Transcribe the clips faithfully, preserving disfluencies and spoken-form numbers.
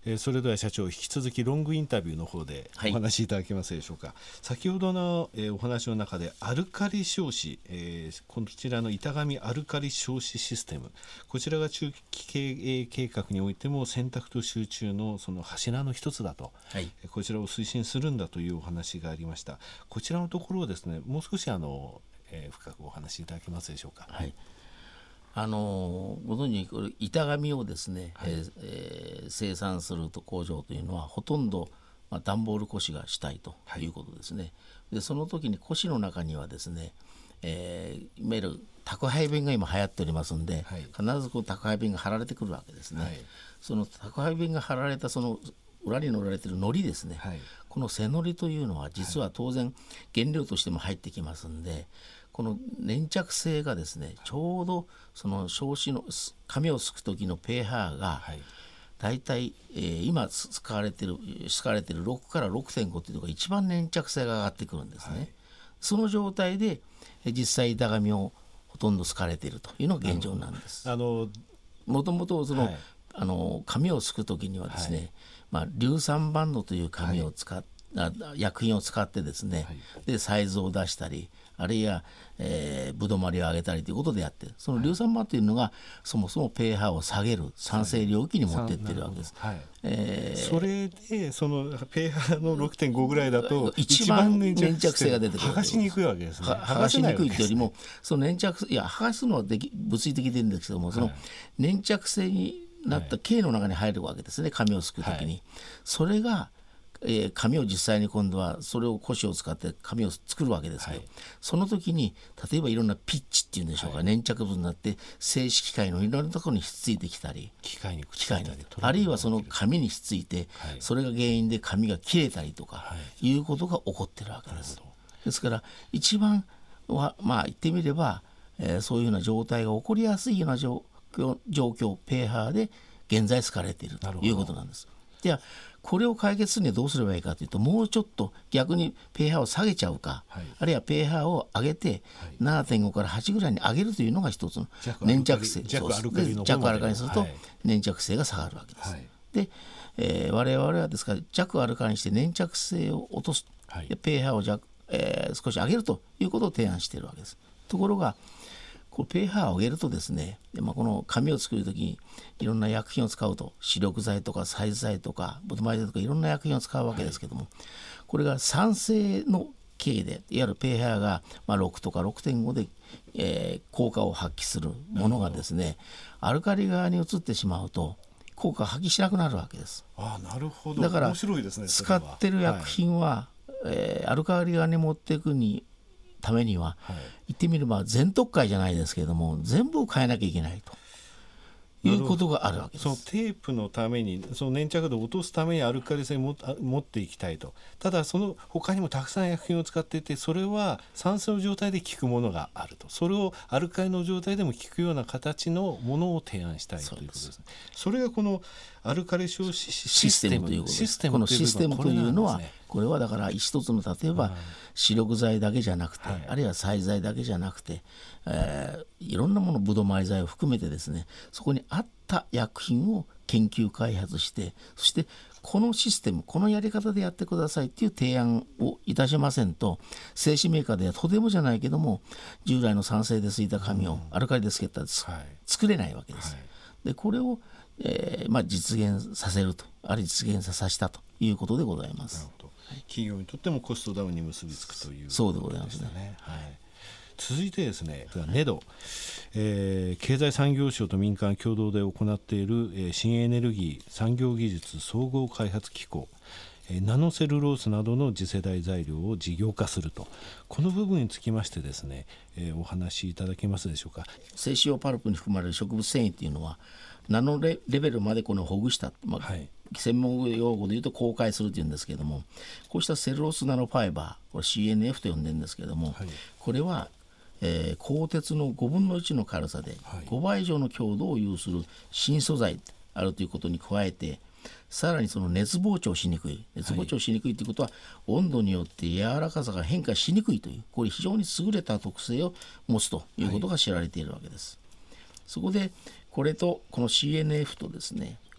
えー、それでは社長、引き続きロングインタビューの方でお話しいただけますでしょうか。はい、先ほどの、えー、お話の中でアルカリ消費、えー、こちらの板上アルカリ消費システム、こちらが中期経営計画においても選択と集中のその柱の一つだと、はい、こちらを推進するんだというお話がありました。こちらのところをですね、もう少しあの、えー、深くお話しいただけますでしょうか。 はい、あのご存知これ板紙をですね、はい、えー、生産すると工場というのはほとんど、まあ、段ボール古紙が主体ということですね。はい、でその時に古紙の中にはですね、えー、いわゆる宅配便が今流行っておりますんで、はい、必ずこう宅配便が貼られてくるわけですね。はい、その宅配便が貼られたその裏に乗られている糊ですね、はい、この背糊というのは実は当然原料としても入ってきますんで、この粘着性がですね、ちょうどその消紙の紙をすく時の pH がだいたい、えー、今使われている使われているろくから ろくてんご というのが一番粘着性が上がってくるんですね。はい、その状態で実際板紙をほとんどすかれているというのが現状なんです。もともとその、はい、あの紙をすく時にはですね、はい、まあ、硫酸バンドという紙を使っ、はい、薬品を使ってですね、はい、でサイズを出したり、あるいは、えー、ぶどまりを上げたりということでやって、その硫酸バンドというのが、はい、そもそも pH を下げる酸性領域に持っていっているわけです。 はい、えー、それでその pH の ろくてんご ぐらいだと一番粘着性が出てくる。 剥がしにくいわけですね。 剥がしにくいというよりも、その粘着いや剥がすのはでき物理的でいいんですけども、その粘着性になった径の中に入るわけですね、紙をすくときに。はい、それがえー、紙を実際に今度はそれを古紙を使って紙を作るわけですけど、はい、その時に例えばいろんなピッチっていうんでしょうか、はい、粘着物になって静止機械のいろんなところにひっついてきたり、 機械にくっついたり、 あるいはその紙にひっついて、はい、それが原因で紙が切れたりとか、はい、いうことが起こってるわけです。ですから一番はまあ言ってみれば、えー、そういうような状態が起こりやすいような状況、状況 pH で現在使われているということなんです。ではこれを解決するにはどうすればいいかというと、もうちょっと逆に pH を下げちゃうか、はい、あるいは pH を上げて ななてんご からはちぐらいに上げるというのが一つの粘着性、 弱アルカリの弱アルカリにすると粘着性が下がるわけです。はい、で、えー、我々はですから弱アルカリにして粘着性を落とす、はい、pH を弱、えー、少し上げるということを提案しているわけです。ところがこう pH を上げるとですね、で、まあ、この紙を作るときにいろんな薬品を使うと、視力剤とかサイズ剤とかボトマイ剤とかいろんな薬品を使うわけですけども、はい、これが酸性の径でいわゆる pH がまあろくとか ろくてんご で、えー、効果を発揮するものがですね、アルカリ側に移ってしまうと効果を発揮しなくなるわけです。 あ、なるほど。 だから面白いですね。 使ってる薬品は、はい、えー、アルカリ側に持っていくにためには、はい、言ってみれば全特会じゃないですけれども全部を変えなきゃいけないということがあるわけです。 そのテープのために、その粘着度を落とすためにアルカリ性をも持っていきたいと。ただその他にもたくさん薬品を使っていて、それは酸性の状態で効くものがあると。それをアルカリの状態でも効くような形のものを提案したいということですね。それがこのアルカリ消費システムということです。 このシステムというのは、これはだから一つの例えば視力剤だけじゃなくて、はい、あるいは剤剤だけじゃなくて、えー、いろんなもの、ぶどまり剤を含めてですね、そこに合った薬品を研究開発して、そしてこのシステム、このやり方でやってくださいっていう提案をいたしませんと、製紙メーカーではとてもじゃないけども従来の酸性でついた紙をアルカリでつけたら、うん、はい、作れないわけです。はい、でこれを、えーまあ、実現させると、あるいは実現させたということでございます。なるほど。 企業にとってもコストダウンに結びつくという、 そうでございますね。 はい、続いてですね、ネド、えー、経済産業省と民間共同で行っている、えー、新エネルギー産業技術総合開発機構、えー、ナノセルロースなどの次世代材料を事業化すると、この部分につきましてですね、えー、お話しいただけますでしょうか。 製紙用パルプに含まれる植物繊維というのはナノ レ, レベルまでこのほぐした、まあ、はい、専門用語で言うと公開するというんですけれども、こうしたセルロースナノファイバー、これ シーエヌエフ と呼んでるんですけれども、はい、これは、えー、鋼鉄のごぶんのいちの軽さでごばい以上の強度を有する新素材であるということに加えて、さらにその熱膨張しにくい、熱膨張しにくいということは、はい、温度によって柔らかさが変化しにくいという、これ非常に優れた特性を持つということが知られているわけです。はい、そこでこれとこの シーエヌエフ とですね、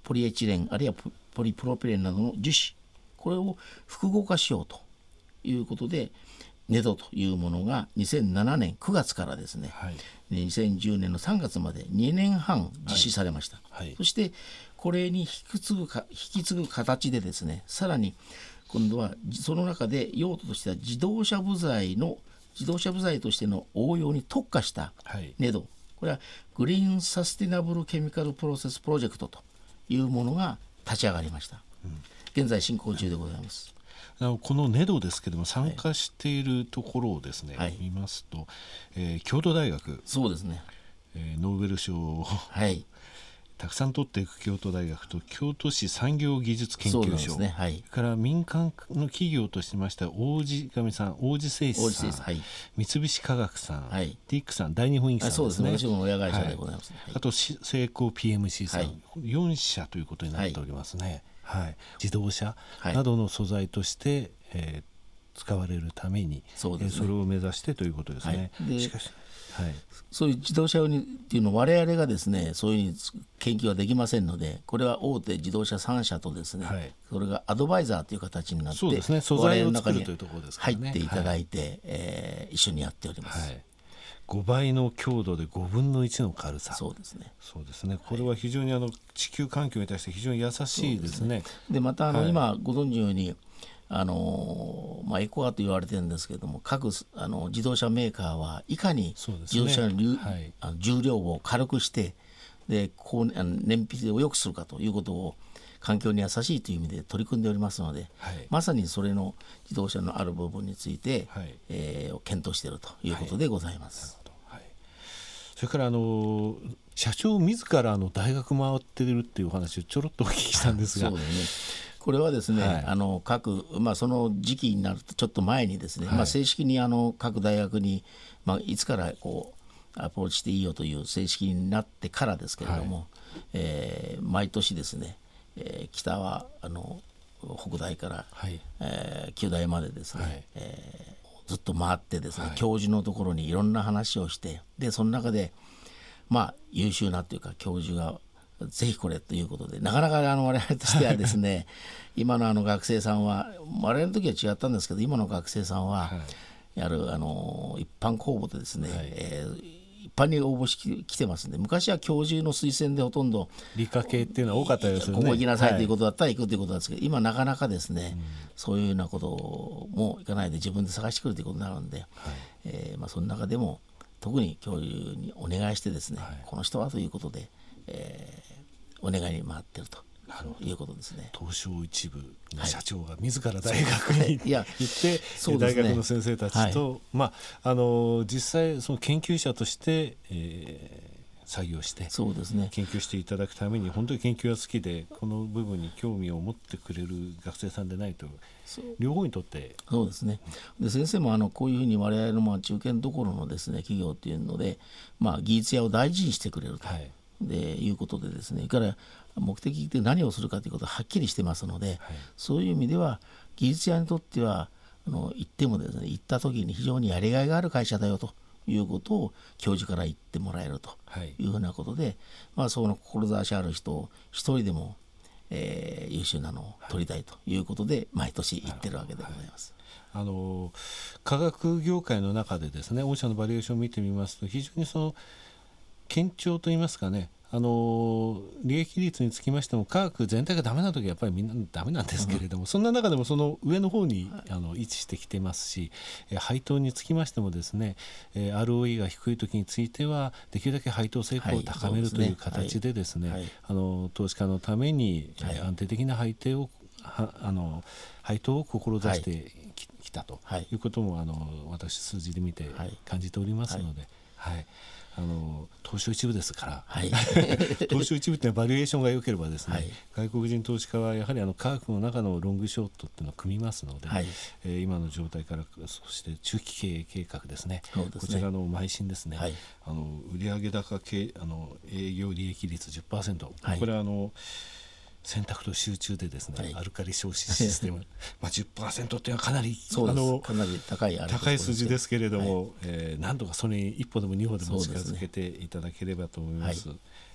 ポリエチレンあるいはポリプロピレンなどの樹脂、これを複合化しようということでネドというものがにせんななねんくがつからですね、はい、にせんじゅうねんのさんがつまでにねんはん実施されました、はいはい、そしてこれに引き継ぐか引き継ぐ形でですね、さらに今度はその中で用途としては自動車部材の自動車部材としての応用に特化したネド、はい、これはグリーンサスティナブルケミカルプロセスプロジェクトというものが立ち上がりました、うん、現在進行中でございます。 このネドですけども、参加しているところをですね、はい、見ますと、えー、京都大学、 そうですね、 えー、ノーベル賞を、はい、たくさん取っていく京都大学と京都市産業技術研究所、それから民間の企業としました王子神さん、王子製紙さん、はい、三菱化学さん、はい、ティックさん、大日本インクさんですね、 そうですね、私も親会社でございます、ね、 はい、あとセイコー ピーエムシー さん、はい、よんしゃということになっておりますね、はいはい、自動車などの素材として、えー、使われるために そ,、ねえー、それを目指してということですね、 はい、でしかし、はい、 そういう自動車用にっていうのを我々がですねそういう研究はできませんので、これは大手自動車さんしゃとですね、はい、それがアドバイザーという形になって、 そうですね、素材を作るというところですからね、 入っていただいて、はい、えー、一緒にやっております、はい、 ごばいの強度でごぶんのいちの軽さ、 そうですね、 そうですね、これは非常にあの地球環境に対して非常に優しいですね。 でまたあの、はい、今ご存知のようにあの、まあ、エコアと言われてるんですけれども、各あの自動車メーカーはいかに自動車の、ね、はい、あの重量を軽くしてでこうあの燃費を良くするかということを環境に優しいという意味で取り組んでおりますので、はい、まさにそれの自動車のある部分について、はい、えー、検討しているということでございます、 はい、それからあの社長自らあの大学回っているっていうお話をちょろっとお聞きしたんですが、 そうですね、これはですね、はい、あの各、まあ、その時期になるとちょっと前にですね、はい、まあ、正式にあの各大学に、まあ、いつからこうアプローチしていいよという正式になってからですけれども、はい、えー、毎年ですね、えー、北はあの北大から、はい、えー、九大までですね、はい、えー、ずっと回ってですね、はい、教授のところにいろんな話をして、でその中でまあ優秀なというか教授がぜひこれということで、なかなかあの我々としてはですね今のあの学生さんは我々の時は違ったんですけど、今の学生さんはやるあの一般公募でですね、はい、えー一般に応募してきてますんで、昔は教授の推薦でほとんど理科系っていうのは多かったですよね、 ここ行きなさいということだったら行くということなんですけど、はい、今なかなかですね、うん、そういうようなこともいかないで自分で探してくるということになるんで、はい、えーまあ、その中でも特に教授にお願いしてですね、はい、この人はということで、えー、お願いに回っているということですね。 東証一部の社長が自ら大学に、はい、行って大学の先生たちと、はい、まあ、あの実際その研究者として、えー、作業してそうですね、 研究していただくために本当に研究が好きでこの部分に興味を持ってくれる学生さんでないと両方にとってそうですね。で先生もあのこういうふうに我々のまあ中堅どころのですね企業っていうので、まあ、技術屋を大事にしてくれると、はい、でいうことでですね、それから目的で何をするかということがはっきりしてますので、はい、そういう意味では技術屋にとってはあの行ってもですね、行った時に非常にやりがいがある会社だよということを教授から言ってもらえるというふうなことで、はい、まあ、その志ある人を一人でも、えー、優秀なのを取りたいということで、はい、毎年行ってるわけでございます。 はい、あの化学業界の中でですね、御社のバリエーションを見てみますと非常にその堅調といいますかね、あの利益率につきましても科学全体がダメな時はやっぱりみんなダメなんですけれども、うん、そんな中でもその上の方に、はい、あの位置してきてますし、え配当につきましてもですね、えー、アールオーイー が低い時についてはできるだけ配当成功を高める、はい、という形でですね、はい、あの投資家のために、はい、安定的な配当をはあの配当を志してき、はい、たということもあの私数字で見て感じておりますので、はいはい、あの東証一部ですから、はい、東証一部ってバリエーションが良ければですね、はい、外国人投資家はやはりあの科学の中のロングショートっていうのを組みますので、はい、えー、今の状態からそして中期経営計画ですね、そうですね、こちらの邁進ですね、はい、あの売上高系あの営業利益率 じゅっパーセント、はい、これはあの選択と集中でですね、はい、アルカリ消費システムまあ じゅっパーセント っていうのはかなりそうです、あのかなり高い高い数字ですけれども、はい、えー、何とかそれに一歩でも二歩でも近づけていただければと思います。はい、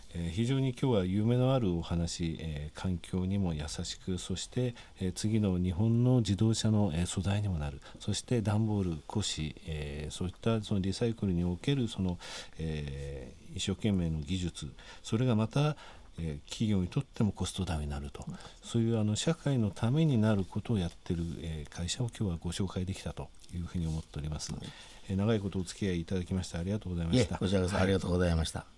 えー、非常に今日は夢のあるお話、えー、環境にも優しく、そして、えー、次の日本の自動車の、えー、素材にもなる、そして段ボール、古紙、えー、そういったそのリサイクルにおけるその、えー、一生懸命の技術、それがまたえー、企業にとってもコストダウンになると、そういうあの社会のためになることをやっている、えー、会社を今日はご紹介できたというふうに思っております。えー、長いことお付き合いいただきましてありがとうございました。 いえ、こちらこそありがとうございました。はい。